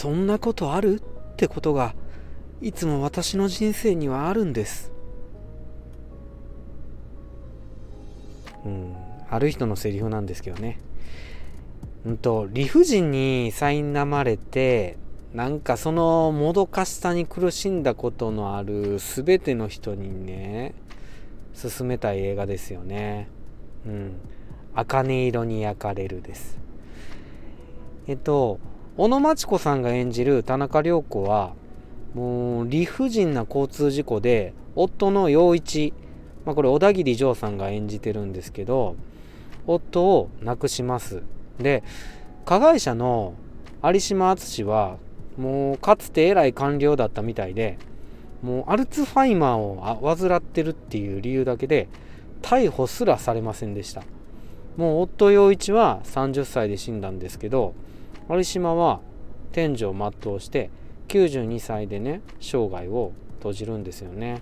そんなことあるってことがいつも私の人生にはあるんです。ある人のセリフなんですけどね。理不尽に苛まれて、なんかそのもどかしさに苦しんだことのあるすべての人にね、勧めたい映画ですよね。茜色に焼かれるです。小野真知子さんが演じる田中涼子は、もう理不尽な交通事故で夫の陽一、これ小田切丈さんが演じてるんですけど、夫を亡くします。で、加害者の有島敦はもうかつて偉い官僚だったみたいで、もうアルツハイマーを患ってるっていう理由だけで逮捕すらされませんでした。もう夫陽一は30歳で死んだんですけど、有島は天寿を全うして92歳でね、生涯を閉じるんですよね。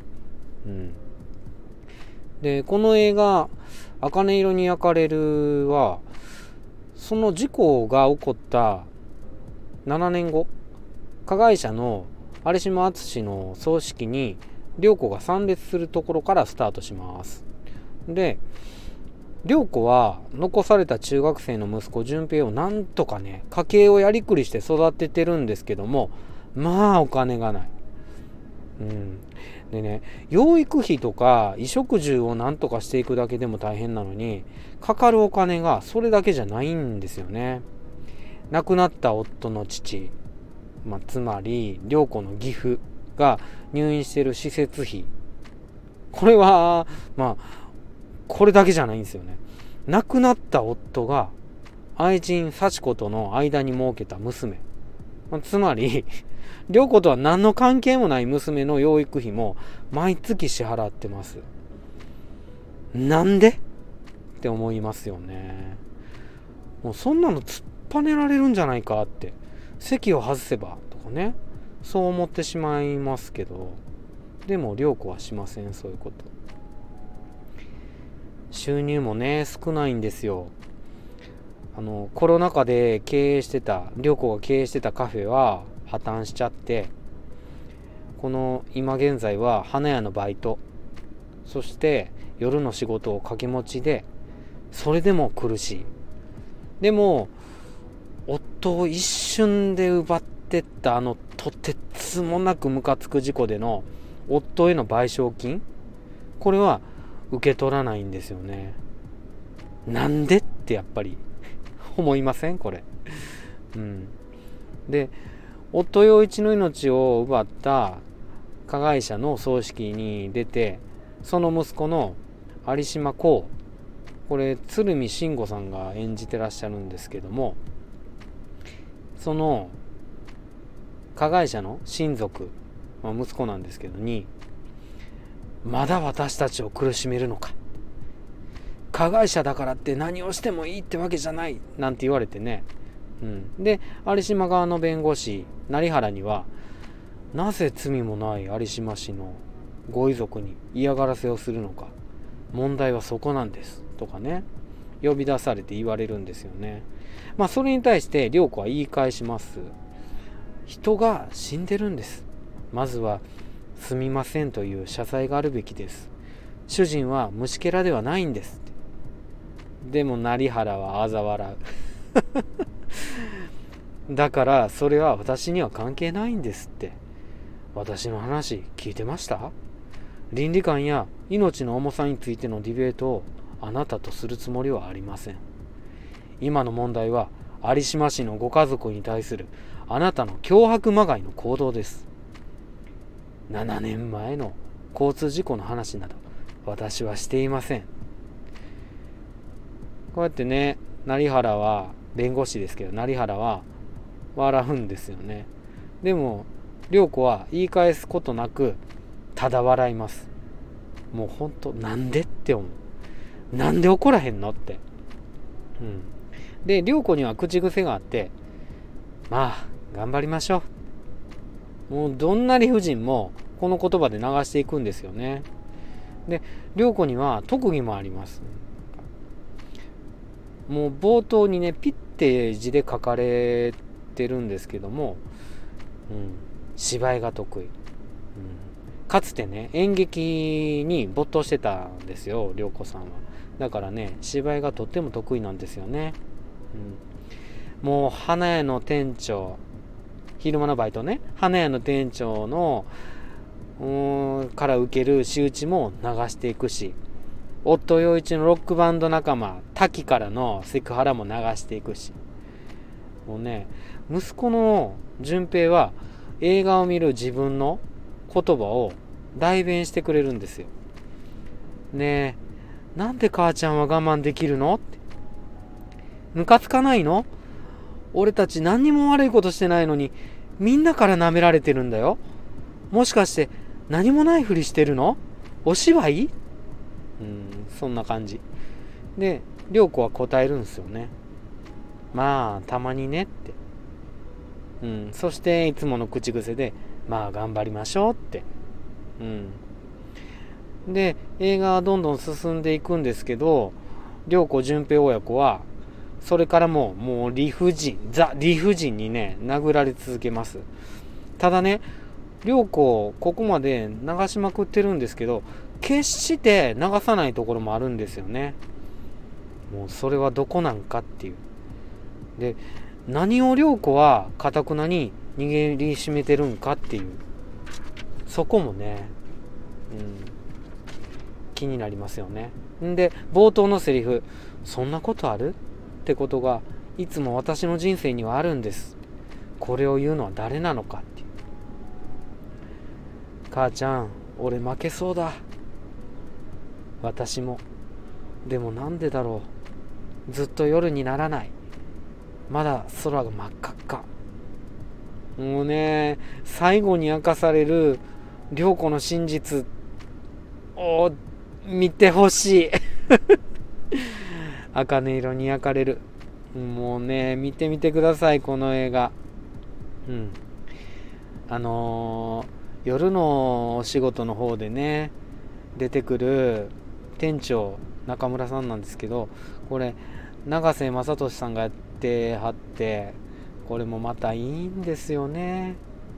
で、この映画茜色に焼かれるは、その事故が起こった7年後、加害者の有島敦の葬式に涼子が参列するところからスタートします。で、涼子は残された中学生の息子順平をなんとかね、家計をやりくりして育ててるんですけども、お金がない。でね、養育費とか衣食住をなんとかしていくだけでも大変なのに、かかるお金がそれだけじゃないんですよね。亡くなった夫の父、つまり涼子の義父が入院している施設費、これはこれだけじゃないんですよね。亡くなった夫が愛人幸子との間に設けた娘、つまり涼子とは何の関係もない娘の養育費も毎月支払ってます。なんでって思いますよね。もうそんなの突っぱねられるんじゃないかって、席を外せばとかね、そう思ってしまいますけど、でも涼子はしません。そういうこと。収入もね、少ないんですよ。コロナ禍で涼子が経営してたカフェは破綻しちゃって、今現在は花屋のバイト、そして夜の仕事を掛け持ちで、それでも苦しい。でも夫を一瞬で奪ってったとてつもなくムカつく事故での夫への賠償金、これは受け取らないんですよね。なんでってやっぱり思いませんこれ。で、夫陽一の命を奪った加害者の葬式に出て、その息子の有島光、これ鶴見慎吾さんが演じてらっしゃるんですけども、その加害者の親族、息子なんですけどに、まだ私たちを苦しめるのか、加害者だからって何をしてもいいってわけじゃないなんて言われてね。で、有島側の弁護士成原には、なぜ罪もない有島氏のご遺族に嫌がらせをするのか、問題はそこなんですとかね、呼び出されて言われるんですよね。それに対して涼子は言い返します。人が死んでるんです。まずはすみませんという謝罪があるべきです。主人は虫けらではないんです。でも成原は嘲笑うだからそれは私には関係ないんですって。私の話聞いてました？倫理観や命の重さについてのディベートをあなたとするつもりはありません。今の問題は有島氏のご家族に対するあなたの脅迫まがいの行動です。7年前の交通事故の話など私はしていません。こうやってね、成原は弁護士ですけど、成原は笑うんですよね。でも涼子は言い返すことなくただ笑います。もうほんとなんでって思う。なんで怒らへんのって。で、涼子には口癖があって、頑張りましょう。もうどんな理不尽もこの言葉で流していくんですよね。で、涼子には特技もあります。もう冒頭にね、ピッて字で書かれってるんですけども、芝居が得意、かつてね演劇に没頭してたんですよ、涼子さんは。だからね芝居がとっても得意なんですよね。もう花屋の店長、昼間のバイトね、花屋の店長のから受ける仕打ちも流していくし、夫陽一のロックバンド仲間滝からのセクハラも流していくし、もうね息子の順平は映画を見る自分の言葉を代弁してくれるんですよ。ねえ、なんで母ちゃんは我慢できるのって、ムカつかないの？俺たち何にも悪いことしてないのにみんなから舐められてるんだよ。もしかして何もないふりしてるの？お芝居？そんな感じで涼子は答えるんですよね。まあたまにねって、そしていつもの口癖でまあ頑張りましょうって、で映画はどんどん進んでいくんですけど、涼子順平親子はそれからもう理不尽にね殴られ続けます。ただね涼子ここまで流しまくってるんですけど、決して流さないところもあるんですよね。もうそれはどこなんかっていう。で何を涼子は堅くなに握りしめてるんかっていう、そこもね、気になりますよね。で冒頭のセリフ、そんなことあるってことがいつも私の人生にはあるんです。これを言うのは誰なのかっていう。母ちゃん俺負けそうだ。私も。でもなんでだろう、ずっと夜にならない、まだ空が真っ赤っか。もうね最後に明かされる涼子の真実を見てほしい茜色に焼かれる。もうね見てみてくださいこの映画。夜のお仕事の方でね出てくる店長中村さんなんですけど、これ永瀬正敏さんがやってはって、これもまたいいんですよね。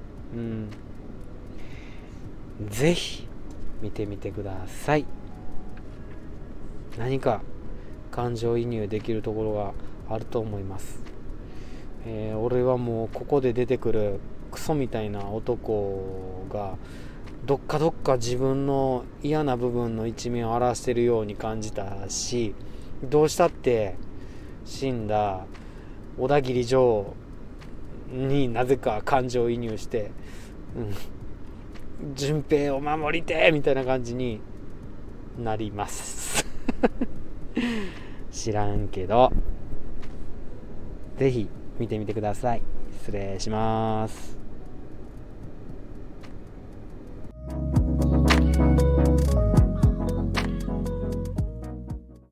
ぜひ見てみてください。何か感情移入できるところがあると思います。俺はもうここで出てくるクソみたいな男がどっか自分の嫌な部分の一面を表しているように感じたし、どうしたって死んだ小田切城になぜか感情移入して、順平を守りてみたいな感じになります知らんけどぜひ見てみてください。失礼します。